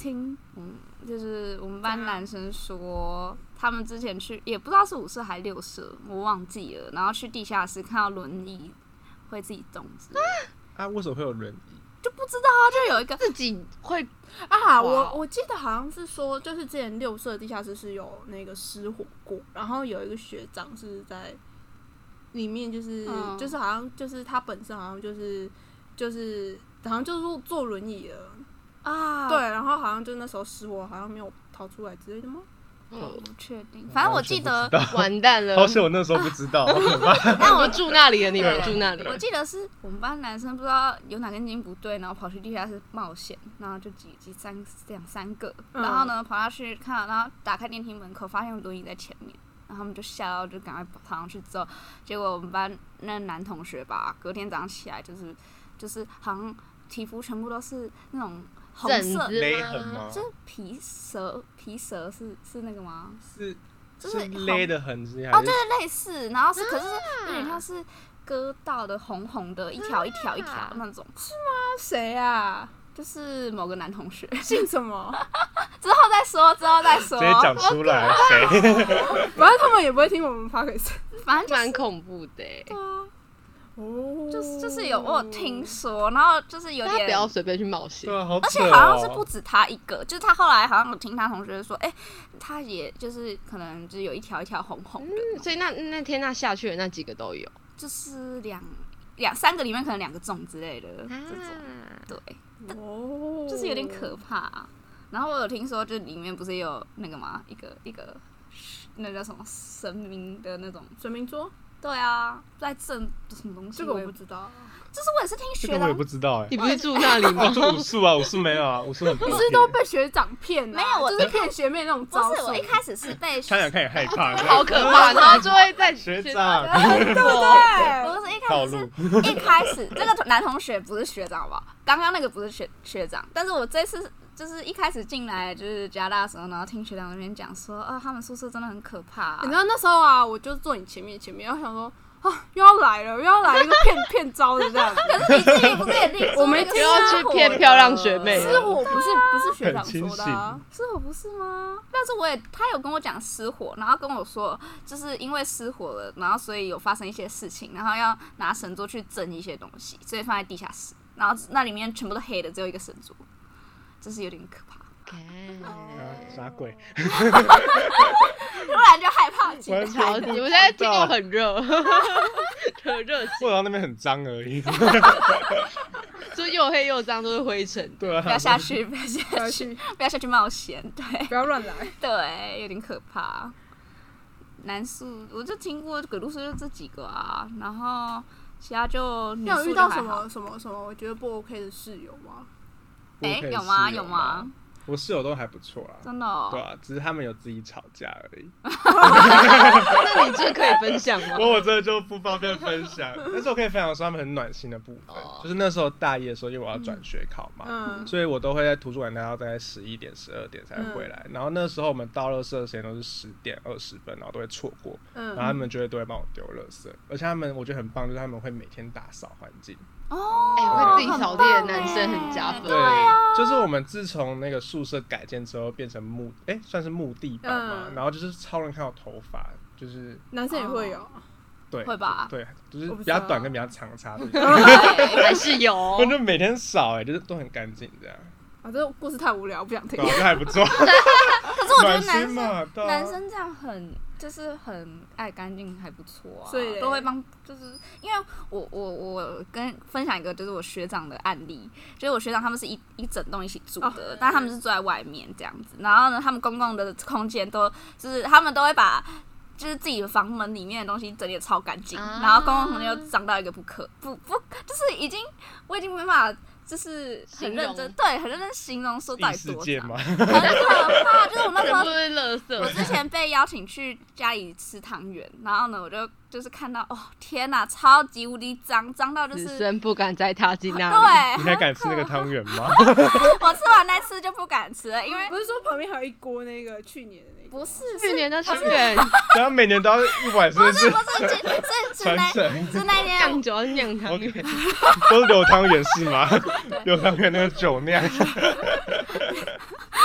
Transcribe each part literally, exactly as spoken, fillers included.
听，嗯，就是我们班男生说，他们之前去，也不知道是五社还六社，我忘记了。然后去地下室看到轮椅会自己动之类的。 啊，为什么会有轮椅？ 就不知道啊，就有一个自己会啊，我我记得好像是说，就是之前六社地下室是有那个失火过，然后有一个学长是在里面，就是、嗯、就是好像就是他本身好像就是就是好像就是坐轮椅了啊，对，然后好像就那时候失火，好像没有逃出来之类的吗？ 我不确定，反正我记得完蛋了。 好险我那时候不知道，好可怕。 但我住那里了，你们住那里。 我记得是我们班男生不知道有哪根筋不对，然后跑去地下室冒险，然后就几几三两三个，然后呢跑下去看，然后打开电梯门口，发现轮椅在前面，然后他们就吓到，就赶快跑上去之后，结果我们班那男同学吧，隔天早上起来就是就是好像皮肤全部都是那种。红色勒痕吗？ 就是皮蛇，皮蛇是是那个吗？ 是， 就是勒的痕迹。 哦，对对，类似，然后是，可是有点像是割到的红红的，一条一条一条那种。 是吗？谁啊？ 就是某个男同学， 姓什么？ 之后再说，之后再说。 直接讲出来，谁？ 反正他们也不会听我们 podcast， 反正蛮恐怖的。对啊。哦， 就是就是有我有听说，然后就是有点不要随便去冒险， 对啊，好扯哦。 而且好像是不止他一个，就是他后来好像有听他同学说，哎、欸，他也就是可能就是有一条一条红红的、 嗯，所以那那天他下去的那几个都有， 就是两两三个里面可能两个中之类的、啊、这种，对，哦，就是有点可怕、啊。然后我有听说，就里面不是有那个吗？一个一个那叫什么神明的那种神明桌。 对啊，在震什么东西？ 这个我不知道。 就是我也是听学长， 这个我也不知道哎、欸。 你不是住那里吗？ 我住武术啊，武术没有啊，武术很多。 你是都被学长骗、啊？ 没有，我就是骗学妹那种招数。 不是，我一开始是被看想看也害怕， 好可怕，然后就会在学长， 对不对？ 不是一开始是一开始这个男同学不是学长好不好？刚刚那个不是学学长，但是我这次。就是一开始进来就是加大的时候，然后听学长那边讲说，啊，他们宿舍真的很可怕、啊。 你知道那时候啊，我就坐你前面前面，然后想说，啊，又要来了，又要来一个骗骗招的这样子。 可是你自己不是也听？ 我没听要去骗漂亮学妹。 失火不是不是学长说的、啊， 失火不是吗？但是我也他有跟我讲失火，然后跟我说，就是因为失火了，然后所以有发生一些事情，然后要拿神桌去震一些东西，所以放在地下室，然后那里面全部都黑的，只有一个神桌。就是有点可怕， 啊，啥鬼？ 突然就害怕起来。 你们现在听又很热，很热情。 我到那边很脏而已， 就又黑又脏，都是灰尘。 对啊， 不要下去，不要下去，不要下去冒险，对， 不要乱来， 对，有点可怕。男宿我就听过葛露宿就这几个啊，然后其他就女宿就还好。 有遇到什么什么什么我觉得不 OK 的室友吗？ 哎、欸，有吗？有吗？ 我室友都还不错啊， 真的、哦。 对啊，只是他们有自己吵架而已。 那你这可以分享吗？ 我我这就不方便分享，但是我可以分享说他们很暖心的部分。哦、就是那时候大一的时候，因为我要转学考嘛，嗯、所以我都会在图书馆待到大概十一点、十二点才回来。嗯、然后那时候我们倒垃圾的时间都是十点二十分，然后都会错过。嗯、然后他们就会都会帮我丢垃圾，而且他们我觉得很棒，就是他们会每天打扫环境。 哦， 哎、欸，会自己扫地的男生很加分。 对，啊、就是我们自从那个宿舍改建之后，变成木，哎、欸，算是木地板嘛，嗯、然后就是超人看到头发，就是男生也会有， 对， 会吧？ 对，就是比较短跟比较长的差别， 还是有， 就每天扫，哎，就是都很干净这样。 啊，这故事太无聊，不想听。 我觉得还不错。 可是我觉得男生嘛男生这样很就是很爱干净，还不错啊。 所以都会帮，就是因为我我我跟分享一个就是我学长的案例，就是我学长他们是一一整栋一起住的，哦、但他们是住在外面这样子。然后呢，他们公共的空间都就是他们都会把。就是自己的房门里面的东西整理的超干净，啊、然后公共空间又脏到一个不可不不，就是已经我已经没办法，就是很认真，对，很认真形容说到底多脏，很可怕。就是我那时候，我之前被邀请去家里吃汤圆，然后呢，我就就是看到哦天哪，超级无敌脏，脏到就是此生不敢再踏进那里。 对， 你还敢吃那个汤圆吗？ 我吃完那次就不敢吃了，因为不是说旁边还有一锅那个去年的那个。 不是去年的汤圆， 然后每年都要一碗，是不是？ 不是，是是是那是那天酿酒要酿汤圆， 都是流汤圆是吗？流汤圆那个酒酿。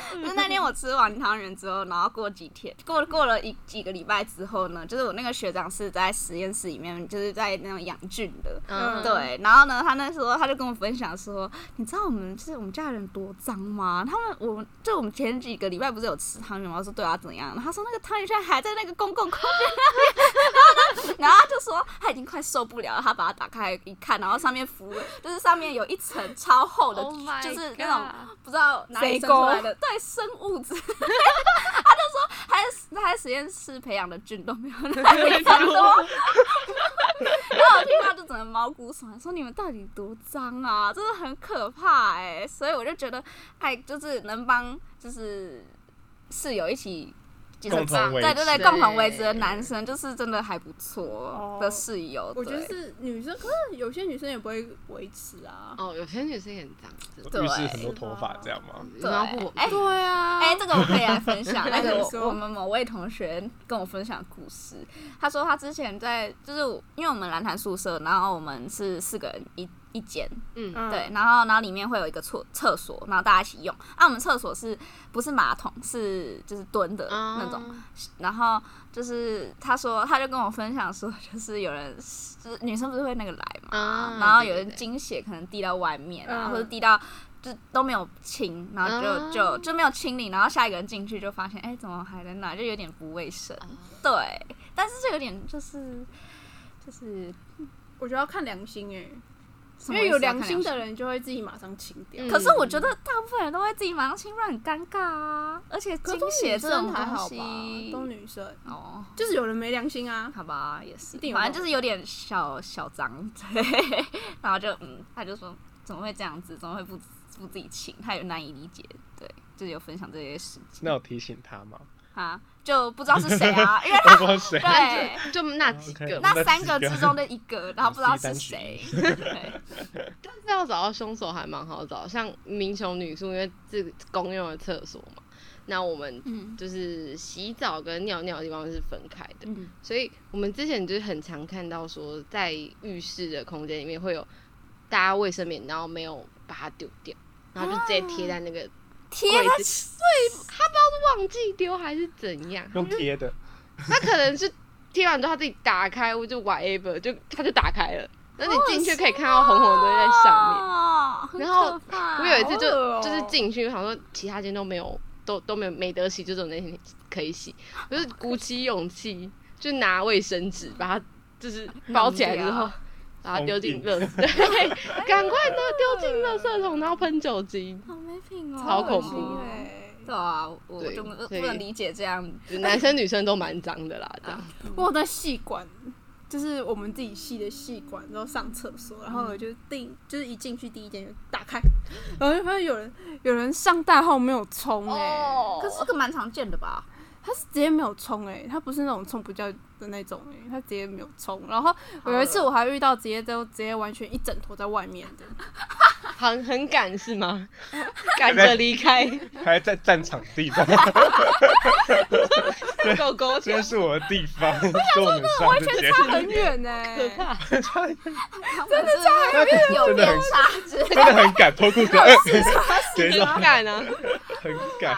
就是那天我吃完汤圆之后，然后过几天，过过了一几个礼拜之后呢，就是我那个学长是在实验室里面，就是在那种养菌的，嗯，对。然后呢，他那时候他就跟我分享说，你知道我们就是我们家人多脏吗？他们我就我们前几个礼拜不是有吃汤圆吗？我说对啊，怎样？然后他说那个汤圆现在还在那个公共空间那边，然后呢，然后他就说他已经快受不了了，他把它打开一看，然后上面浮就是上面有一层超厚的， Oh my 就是那种不知道哪里谁生出来的，对，生物质。他就说他在他在实验室培养的菌都没有那里这么多。然后我听到就整个毛骨悚然，说你们到底多脏啊，真的很可怕哎、欸。所以我就觉得，哎，就是能帮就是室友一起。 共同维持， 对对对，共同维持的男生就是真的还不错的室友。哦、 我觉得是女生，可是有些女生也不会维持啊。 哦，有些女生也很这样子， 浴室很多头发这样吗？ 对， 哎、欸，对啊， 哎、欸，这个我可以来分享。那个我我们某位同学跟我分享故事，他说他之前在就是因为我们蓝潭宿舍，然后我们是四个人一。一间，嗯，对，然后然后里面会有一个厕厕所，然后大家一起用。啊，我们厕所是不是马桶，是就是蹲的那种。嗯、然后就是他说，他就跟我分享说，就是有人，就是女生不是会那个来嘛，嗯、然后有人经血可能滴到外面啊，嗯、或者滴到就都没有清，然后就、嗯、就就没有清理，然后下一个人进去就发现，哎、欸，怎么还在那，就有点不卫生。嗯、对，但是这有点就是就是， 我觉得要看良心哎、欸。因为有良心的人就会自己马上清掉， 可是我觉得大部分人都会自己马上清，不然很尴尬啊。而且经血这种还好吧， 都女生哦，就是有人没良心啊。 好吧，也是，反正就是有点小小脏，对。然后就嗯，他就说怎么会这样子，怎么会不不自己清？他有难以理解，对，就是有分享这些事情。 那有提醒他吗？ 啊，就不知道是谁啊，因为他对，就那几个， okay, 那三个之中的一个，然后不知道是谁。 但是要找到凶手还蛮好找，像民雄女宿，因为这个公用的厕所嘛，那我们就是洗澡跟尿尿的地方是分开的，嗯、所以我们之前就是很常看到说，在浴室的空间里面会有大家卫生棉，然后没有把它丢掉，然后就直接贴在那个。 贴在， 对，他不知道是忘记丢还是怎样， 用贴的。 他可能是贴完之后他自己打开，我就 whatever， 就他就打开了，然后你进去可以看到红红的东西在上面。 哦、 然后我有一次就、哦、就是进去，我想说其他间都没有，都都没有没得洗，就只有那天可以洗。我就鼓起勇气，就拿卫生纸把它就是包起来之后。把它丢进垃圾，对，赶快的丢进垃圾桶，然后喷酒精， 好没品哦， 超恐怖哎！对啊，我就不能理解这样， 男生女生都蛮脏的啦，这样。 我在系馆，就是我们自己系的系馆，然后上厕所，然后我就定，就是一进去第一间就打开，然后就发现有人有人上大号没有冲哎、欸， 哦、可是这个蛮常见的吧？ 他是直接没有冲哎、欸，他不是那种冲不掉的那种哎、欸，他直接没有冲。然后有一次我还遇到直接都直接完全一整坨在外面的， 很很赶是吗？赶着离开， 还在占场地吧？ 狗狗， 这是我的地方，是我们上完全差很远哎、 欸，可怕， 真的差很远， 有偏差， 真的很赶，脱裤子， 很赶啊， 很赶。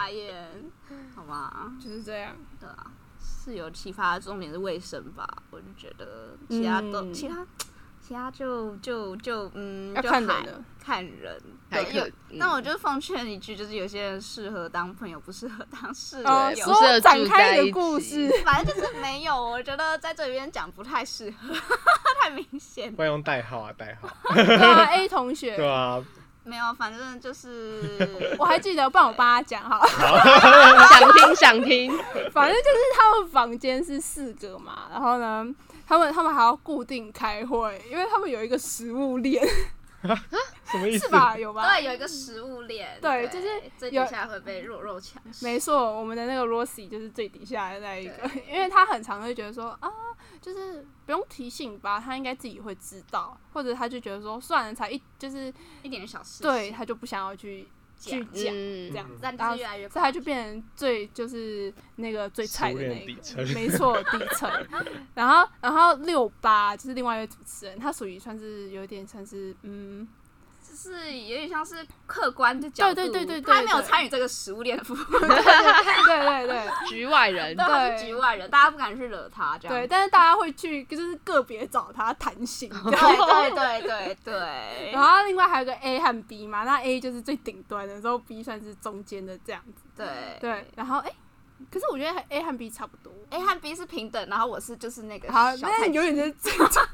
就是这样， 对啊，室友启发的重点是卫生吧，我就觉得其他都、嗯、其他其他就就就嗯， 要看人的， 看人。对，那、嗯、我就奉劝一句，就是有些人适合当朋友，不适合当室友。 哦， 不适合展开的故事， 反正就是没有。我觉得在这边讲不太适合，太明显。 不要用代号啊，代号。 对啊 ，A 同学。 对啊。 没有，反正就是我还记得，不然我帮他讲好了。 想聽想听。 反正就是他们房间是四个嘛，然后呢，他们他们还要固定开会，因为他们有一个食物链。 什么意思？ 是吧？有吧？ 对，有一个食物链。 对，就是最底下会被肉肉抢。 没错，我们的那个 Rosie 就是最底下的那一个，因为他很常会觉得说啊，就是不用提醒吧，他应该自己会知道，或者他就觉得说算了，才一就是一点小事， 对，他就不想要去去讲这样子， 但是越来越， 所以他就变成最就是那个最菜的那个，没错，底层。然后，然后六八就是另外一位主持人，他属于算是有点算是嗯。 就是有点像是客观的角度， 对对对对对， 他没有参与这个食物链的服务， 对对对对， 局外人， 对，局外人，大家不敢去惹他这样， 对，但是大家会去就是个别找他谈心， 对对对对对。 然后另外还有个 A 和 B 嘛，那 A 就是最顶端的，然后 B 算是中间的这样子， 对对，然后哎。欸可是我觉得 A 和 B 差不多 ，A 和 B 是平等，然后我是就是那个好， 小菜鸡， 那永远是正常。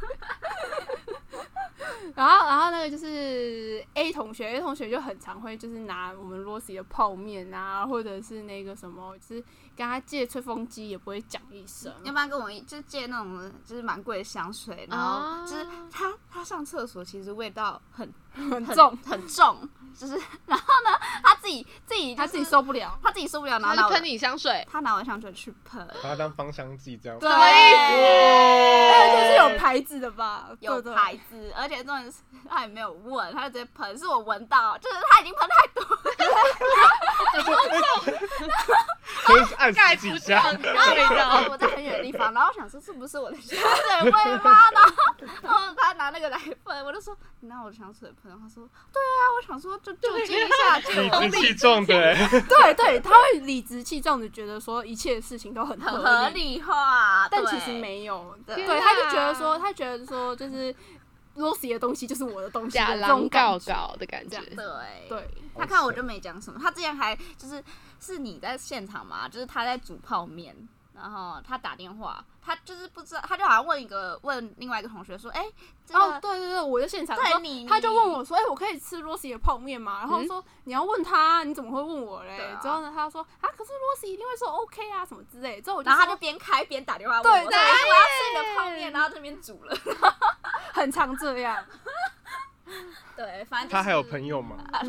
然后，然后那个就是 A 同学 ，A 同学就很常会就是拿我们 Rosie 的泡面啊，或者是那个什么，就是跟他借吹风机也不会讲一声， 要不然跟我就是借那种就是蛮贵的香水，然后就是他他上厕所其实味道很很重很重，就是然后呢他自己自己、就是、 他自己受不了， 他自己受不了，然后他就喷你香水， 他拿我的香水去喷， 把它当芳香剂这样， 对， 那个就是有牌子的吧， 有牌子，而且重点是他也没有问，他就直接喷，是我闻到，就是他已经喷太多了， 可以按十几下， 然后我在很远的地方，然后我想说是不是我的香水味吗？然后他拿那个来喷，我就说你拿我的香水喷，他说对啊，我想说就就近一下， 理直气壮的， 对对，他会理直气壮的觉得说一切事情都很很合理化， 但其实没有， 对， 对，他就觉得说，他觉得说就是。Rosie 的东西就是我的东西， 假狼告告的感觉。 对对， 他看我就没讲什么。他之前还就是是你在现场嘛，就是他在煮泡面，然后他打电话，他就是不知道，他就好像问一个问另外一个同学说：“哎、欸，这个、 哦，对对对，我在现场， 对你， 他就问我说：‘哎、欸，我可以吃 Rosie 的泡面吗？’然后说、嗯、你要问他，你怎么会问我嘞？啊、之后呢，他说：‘啊，可是 Rosie 一定会说 OK 啊，什么之类。’之后我就然后他就边开边打电话问我，对，对我要吃你的泡面，然后这边煮了。” 很常这样， 对，反正、就是、 他还有朋友吗？ 他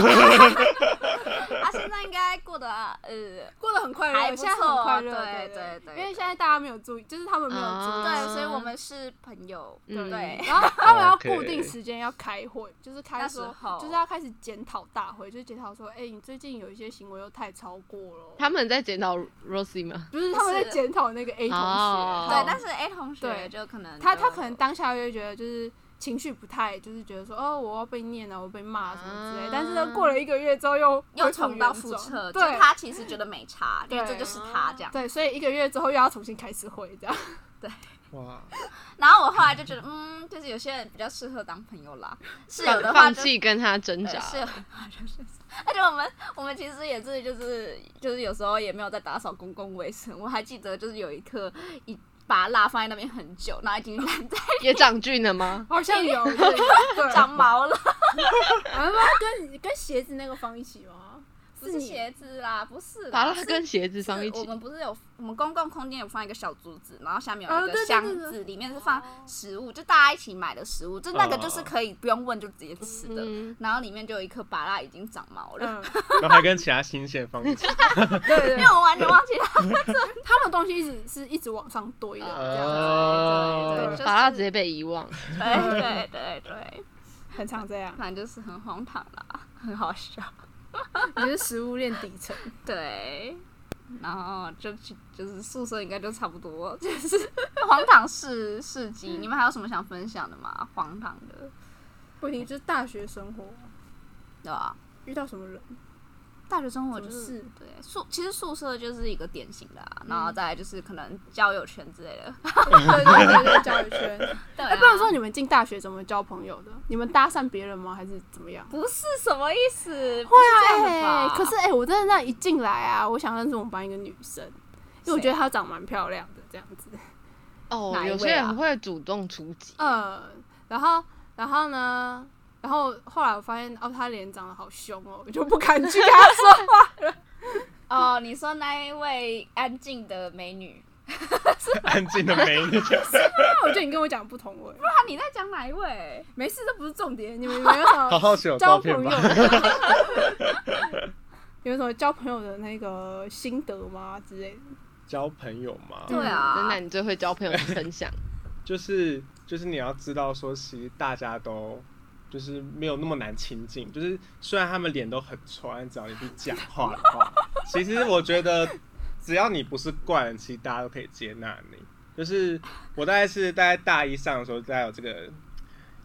现在应该过得呃过得很快乐，现在很快乐，对对对，因为现在大家没有注意，就是他们没有注意， 对，所以我们是朋友，对对。 然后他们要固定时间要开会，就是开说，就是要开始检讨大会，就是检讨说，哎、欸，你最近有一些行为又太超过了。 他们在检讨 Rosie 吗？ 不是，他们在检讨那个 A 同学， 哦、对，但是 A 同学就可能他他可能当下就会觉得就是。情绪不太，就是觉得说，哦，我要被念了，我被骂什么之类。嗯、但是呢，过了一个月之后又又重蹈覆辙， 对， 他其实觉得没差，因为这就是他这样。 对，所以一个月之后又要重新开始会这样。 对。 哇。 然后我后来就觉得，嗯，就是有些人比较适合当朋友啦，室友的话放弃跟他挣扎。 室友的话就是，而且我们我们其实也是就是就是有时候也没有在打扫公共卫生。我还记得就是有一刻一。把蜡放在那边很久，然后已经烂在也长菌了吗？ 好像有，对， 长毛了。 啊，跟跟鞋子那个放一起吗？ 不是鞋子啦，不是啦， 把它跟鞋子放一起。 我们不是有我们公共空间有放一个小桌子，然后下面有一个箱子，哦、對對對對里面是放食物，就大家一起买的食物，就那个就是可以不用问就直接吃的。嗯、然后里面就有一颗芭樂已经长毛了，嗯、 然后还跟其他新鲜放一起。 对对， 因为我完全忘记他们他们东西一直是一直往上堆的，这样子。 哦、对对对，芭樂直接被遗忘。 对对对对， 很常这样， 反正就是很荒唐啦，很好笑。 你是食物链底层， 对，然后就就是宿舍应该就差不多，就是荒唐事事迹。你们还有什么想分享的吗？荒唐的？ 不一定，就是大学生活， 对吧？ 遇到什么人？ 大学生活就是对宿，其实宿舍就是一个典型的、啊，然后再来就是可能交友圈之类的， 对对对对，交友圈。 对、啊欸，不然说你们进大学怎么交朋友的？你们搭讪别人吗？还是怎么样？ 不是什么意思？ 会啊，哎、欸，可是哎、欸，我真的那一进来啊，我想认识我们班一个女生，因为我觉得她长蛮漂亮的，这样子。 哦，有些人会主动出击。 嗯，然后，然后呢？然后后来我发现，哦，他脸长得好凶哦，我就不敢去跟他说话了。 哦，你说那一位安静的美女， 安静的美女，是吗？我觉得你跟我讲不同位。 不然你在讲哪一位？ 没事，这不是重点。你们有没有什么好好有交朋友的？有什么交朋友的那个心得吗？之类的？ 交朋友吗？ 对啊， 真的，你最会交朋友的分享。 就是就是你要知道说，其实大家都。就是没有那么难亲近，就是虽然他们脸都很臭，但只要你去讲话的话，其实我觉得只要你不是怪人，其实大家都可以接纳你。就是我大概是大概大一上的时候，大概有这个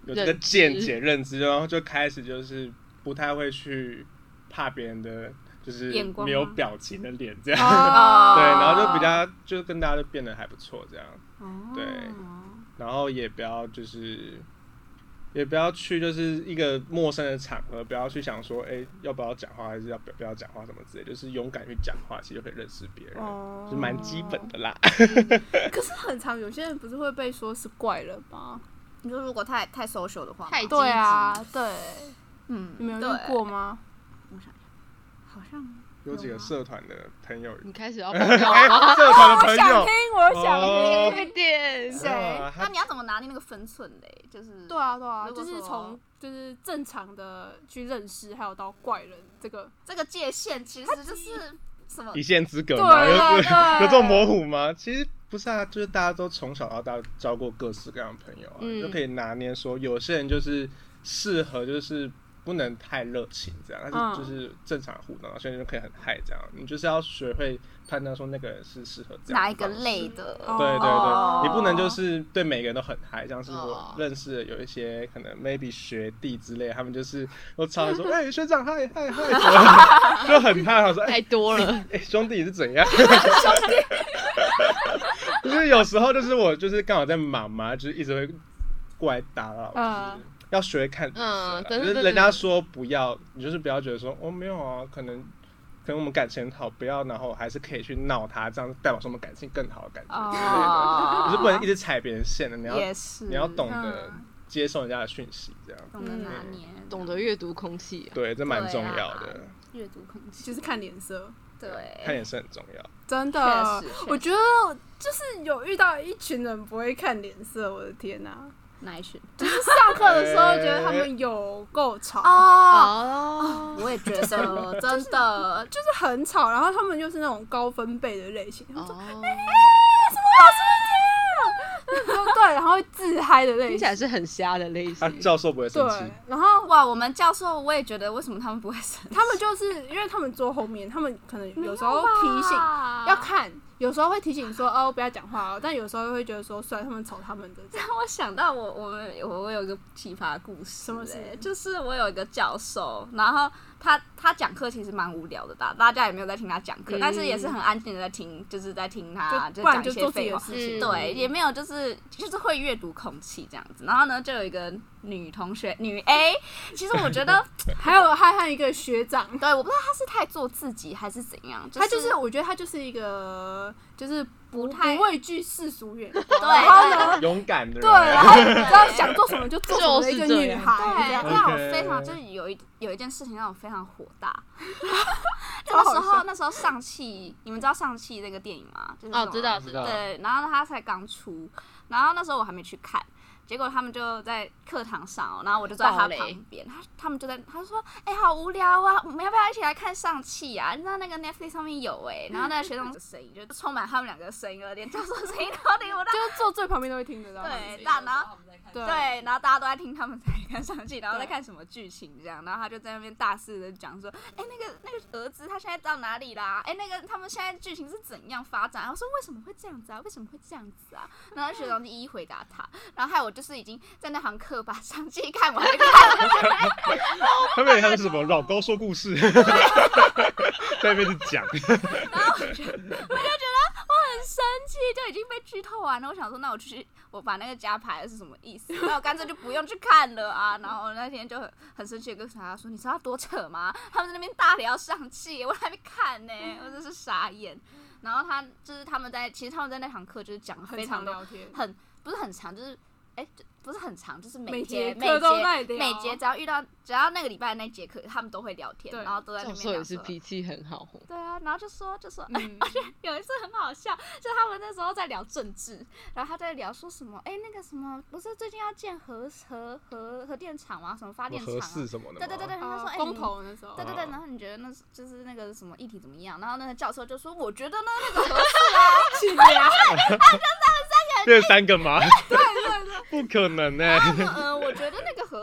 有这个见解认知，然后就开始就是不太会去怕别人的就是没有表情的脸这样，对，然后就比较就跟大家就变得还不错这样，对，然后也不要就是也不要去就是一个陌生的场合，不要去想说哎、欸、要不要讲话还是要不要讲话什么之类，就是勇敢去讲话，其实就可以认识别人，就是蛮基本的啦。 可是很常有些人不是会被说是怪人吗？ 你说如果太太 social 的话， 太积极， 对啊，对， 嗯， 你们有遇过吗？ 我想好像有几个社团的朋友， 你开始要爆料吗？ 社团的朋友， 我想听，我想听， 快点。 谁？那你要怎么拿捏那个分寸嘞？就是对啊，对啊，就是从就是正常的去认识，还有到怪人这个这个界限，其实就是什么一线之隔吗？有有有这种模糊吗？其实不是啊，就是大家都从小到大交过各式各样的朋友啊，嗯、就可以拿捏说，有些人就是适合就是不能太热情这样，但是就是正常互动，有些人就可以很嗨这样。你就是要学会判断说那个人是适合这样哪一个类的。 对对对，哦、你不能就是对每个人都很嗨，像是我认识的有一些可能 maybe 学弟之类，他们就是都超说哎、欸、学长嗨嗨嗨，就很嗨，我说哎、欸、 太多了， 哎、欸、兄弟你是怎样？兄弟。就是有时候就是我就是刚好在忙嘛，就是一直会过来打扰，就是要学会看，嗯，就是人家说不要，你就是不要觉得说哦没有啊，可能可能我们感情很好，不要，然后还是可以去闹他，这样代表说我们感情更好的感觉之类的，就是不能一直踩别人线的，你要你要懂得接受人家的讯息，这样懂得拿捏， 懂得阅读空气， 对，这蛮重要的， 阅读空气就是看脸色。 对， 看脸色很重要， 真的。我觉得就是有遇到一群人不会看脸色，我的天哪、啊！ 哪一群？ 就是上课的时候觉得他们有够吵哦，我也觉得真的就是很吵，然后他们又是那种高分贝的类型，他们说：“哎、欸，什么老师这样？”对，然后会自嗨的类型， 听起来是很瞎的类型。 啊、教授不会生气。 对，然后哇，我们教授我也觉得，为什么他们不会生气？ 他们就是因为他们坐后面，他们可能有时候提醒要看。有时候会提醒说哦不要讲话哦，但有时候会觉得说算他们吵他们的。 让我想到我我们我我有一个奇葩故事， 什么事？ 就是我有一个教授，然后他他讲课其实蛮无聊的，大大家也没有在听他讲课，嗯、但是也是很安静的在听，就是在听他就讲一些废话， 嗯、 对，也没有就是就是会阅读空气这样子。然后呢，就有一个女同学女 A， 其实我觉得还有还还有一个学长， 对，我不知道他是太做自己还是怎样，就是、 他就是我觉得他就是一个。就是不太不畏惧世俗眼光， 对， 然后呢， 勇敢的人， 对，然后你知道想做什么就做什么的一个女孩， 对，让我非常就是有一有一件事情让我非常火大。那时候那时候上汽，你们知道上汽这个电影吗？就是哦，知道知道。 对，然后他才刚出，然后那时候我还没去看。结果他们就在课堂上、喔，然后我就坐在他旁边，他他们就在，他就说：“哎、欸，好无聊啊，我们要不要一起来看上汽啊？你知道那个 Netflix 上面有哎、欸。”然后那个学长的声音就充满他们两个的声音了，连教授的声音都听不到， 就是坐最旁边都会听得到。 对，大然后对，然后大家都在听他们在看上汽，然后在看什么剧情这样，然后他就在那边大肆的讲说：“哎、欸，那个那个儿子他现在到哪里啦？哎、欸，那个他们现在剧情是怎样发展？”然后说：“为什么会这样子啊？为什么会这样子啊？”然后学长就一一回答他，然后害我就是已经在那。那堂课把上汽看完就看了， 他们他是什么老高说故事，在那边是讲， 然后我就我就觉得我很生气，就已经被剧透完了。我想说，那我去我把那个加牌是什么意思？那我干脆就不用去看了啊。然后我那天就很很生气的跟他说：“你知道多扯吗？他们在那边大聊上汽，我还没看呢、欸，我真是傻眼。”然后他就是他们在，其实他们在那堂课就是讲非常多很不是很长，就是哎。欸不是很长，就是每天每节每节只要遇到只要那个礼拜那节课，他们都会聊天，然后都在那边聊。 教授也是脾气很好。 对啊，然后就说就说，哎、嗯，而且有一次很好笑，就他们那时候在聊政治，然后他在聊说什么，哎、欸，那个什么，不是最近要建核核核核电厂吗？什么发电厂、啊？ 核四什么的？ 对对对对，他说，哎、欸， 公投那时候。 对对对，然后你觉得那就是那个什么议题怎么样？然后那个教授就说，我觉得呢，那个核四啊， 去呀， 他就他们三个， 变三个吗？ 对对对， 不可能哎、欸。 嗯、呃，我觉得那个核四啊。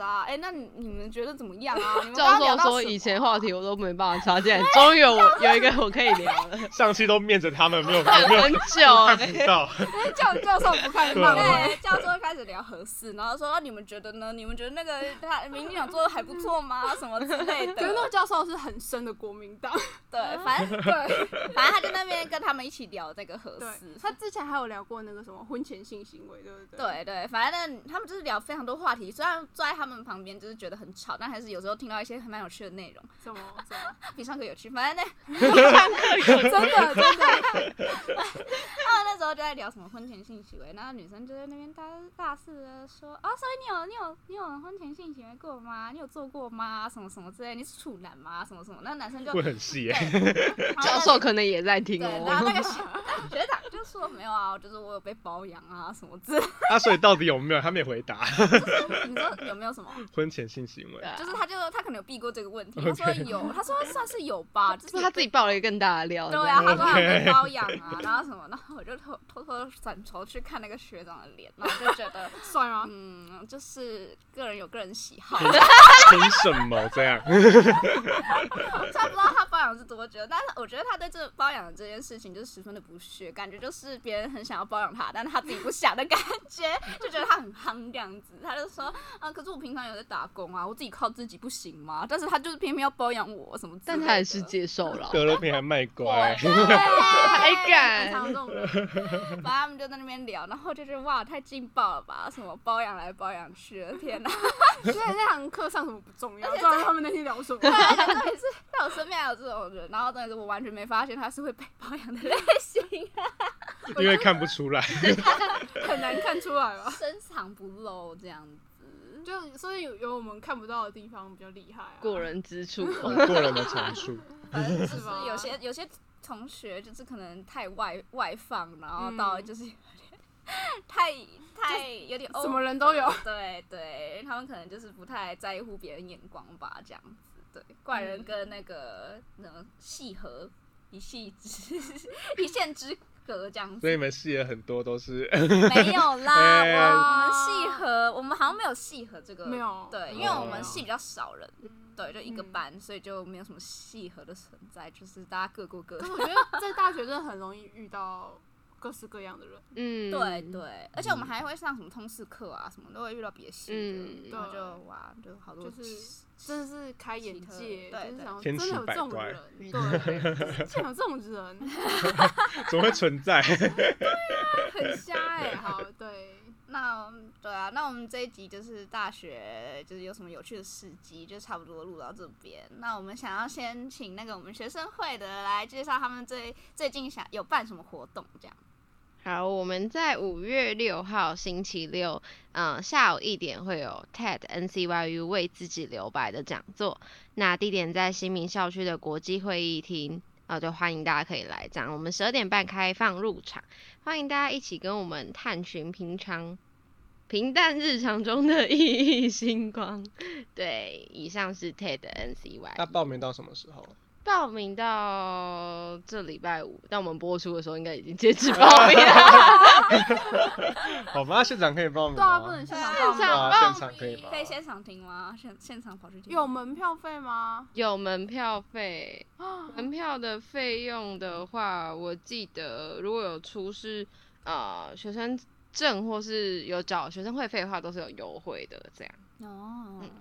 啊，哎、欸，那你你们觉得怎么样啊？你们教授说以前话题我都没办法插进来，终于有我有一个我可以聊了。 上期都面着他们，没有没有很久、欸， 看不到。 教教授不看漫画， 对，教授开始聊核四，然后说、啊、你们觉得呢？你们觉得那个他民进党做的还不错吗？什么之类的。 可是那个教授是很深的国民党， 对，反正对，反正他就那边跟他们一起聊那个核四。 他之前还有聊过那个什么婚前性行为，对不对？ 对对，反正他们就是聊非常多话题，虽然坐在他们旁边就是觉得很吵，但还是有时候听到一些还蛮有趣的内容。 什么什么？ 比上课有趣，反正那真的真的。 他们那时候就在聊什么婚前性行为，然后女生就在那边大大肆的说啊，所以你有你有你有婚前性行为过吗？你有做过吗？什么什么之类，你是处男吗？什么什么？那男生就会很细耶。 教授可能也在听哦、 喔。然后那个学长就说没有啊，就是我有被包养啊什么之类的。 啊，所以到底有没有？他没回答。 就是你说有没有什么婚前性行为？ 就是他就他可能有避过这个问题，他说有，他说算是有吧，就是他自己爆了一个更大的料。 对啊，他说他有被包养啊，然后什么，然后我就偷偷偷转头去看那个学长的脸，然后就觉得帅吗？ 嗯，就是个人有个人喜好。 凭什么这样？ 他不知道他包养是多久，但是我觉得他对这包养的这件事情就是十分的不屑，感觉就是别人很想要包养他，但是他自己不想的感觉，就觉得他很夯这样子。他就说啊，可是我平常有在打工啊，我自己靠自己不行吗？但是他就是偏偏要包养我什么之类的， 但他还是接受了。 得了病还卖乖， 还敢。 反正他们就在那边聊，然后就觉得哇，太劲爆了吧，什么包养来包养去的，天哪！ 所以那堂课上什么不重要，重要他们那天聊什么。 对，真的是在我身边还有这种人，然后真的是我完全没发现他是会被包养的类型、啊， 因为看不出来， 很难看出来吧， 深藏不露这样子， 就所以有有我们看不到的地方比较厉害、啊， 过人之处， 过人的长处， 是吧？有些有些同学就是可能太外外放，然后到就是有点、嗯、太太有点什么人都有， 对对，他们可能就是不太在乎别人眼光吧，这样子。对，怪人跟那个呃系合一系之一线之隔这样子。 所以你们系了很多都是没有啦， 欸、 我们系合我们好像没有系合这个， 没有， 对，因为我们系比较少人。 嗯对，就一个班、嗯，所以就没有什么系合的存在，就是大家各过各的。 可是我觉得在大学真的很容易遇到各式各样的人。 嗯， 对对，而且我们还会上什么通识课啊，什么都会遇到别系的，嗯、然后就哇，就好多， 就是真的是开眼界， 对对， 真的有这种人，对，竟然有这种人， 怎么会存在？ 对啊，很瞎哎、欸，好，对。 那对啊，那我们这一集就是大学，就是有什么有趣的事迹，就差不多录到这边。那我们想要先请那个我们学生会的来介绍他们最最近想有办什么活动，这样。 好，我们在五月六号星期六，嗯，下午一点会有 T E D N C Y U 为自己留白的讲座。那地点在新民校区的国际会议厅。呃，就欢迎大家可以来，这样我们十二点半开放入场，欢迎大家一起跟我们探寻平常平淡日常中的熠熠星光。对，以上是 T E D N C Y。 那报名到什么时候？ 报名到这礼拜五，但我们播出的时候应该已经截止报名了。 好吧，现场可以报名吗？ 对啊，不能现场报名。 现场可以吗？ 可以现场听吗？现现场跑去听。 有门票费吗？ 有门票费。门票的费用的话，我记得如果有出示呃学生证或是有缴学生会费的话，都是有优惠的。这样。 哦。嗯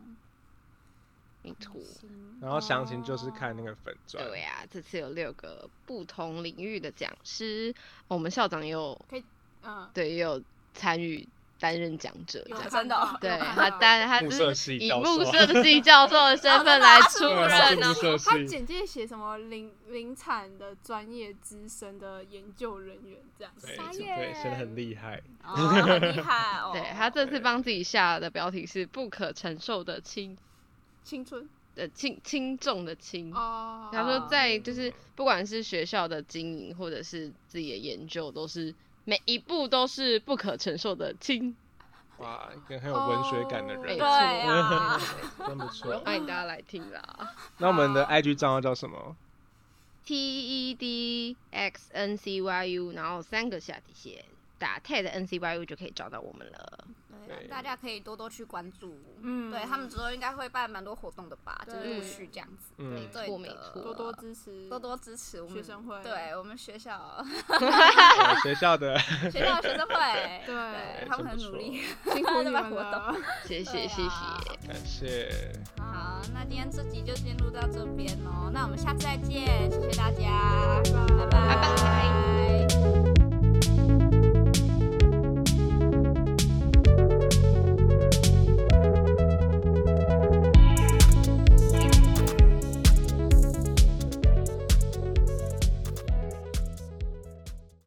然后详情就是看那个粉专。 对呀、啊，这次有六个不同领域的讲师，我们校长也有， 可以，嗯， 对，也有参与担任讲者，这样真的、哦， 对他担他是以目设系教授的身份来出任呢。 他简介写什么林林产的专业资深的研究人员这样子， 对对，写得很厉害， 哦，很厉害哦。 对他这次帮自己下的标题是不可承受的轻。 青春， 呃，轻轻重的轻。 哦。 他说，在就是不管是学校的经营，或者是自己的研究，都是每一步都是不可承受的轻。 哇，一个很有文学感的人， 没错、啊， 真不错。 欢迎大家来听啦。 那我们的 I G 账号叫什么 ？T E D X N C Y U， 然后三个下底线。 打 T E D N C Y U 就可以找到我们了。 对，大家可以多多去关注。嗯，对他们之后应该会办蛮多活动的吧，就是陆续这样子。 没错没错， 多多支持， 多多支持我们学生会。 对我们学校， 学校的学校的学生会， 对他们很努力， 辛苦你们活动。 谢谢谢谢， 感谢。 好，那今天这集就先录到这边哦，那我们下次再见，谢谢大家，拜拜。 拜拜。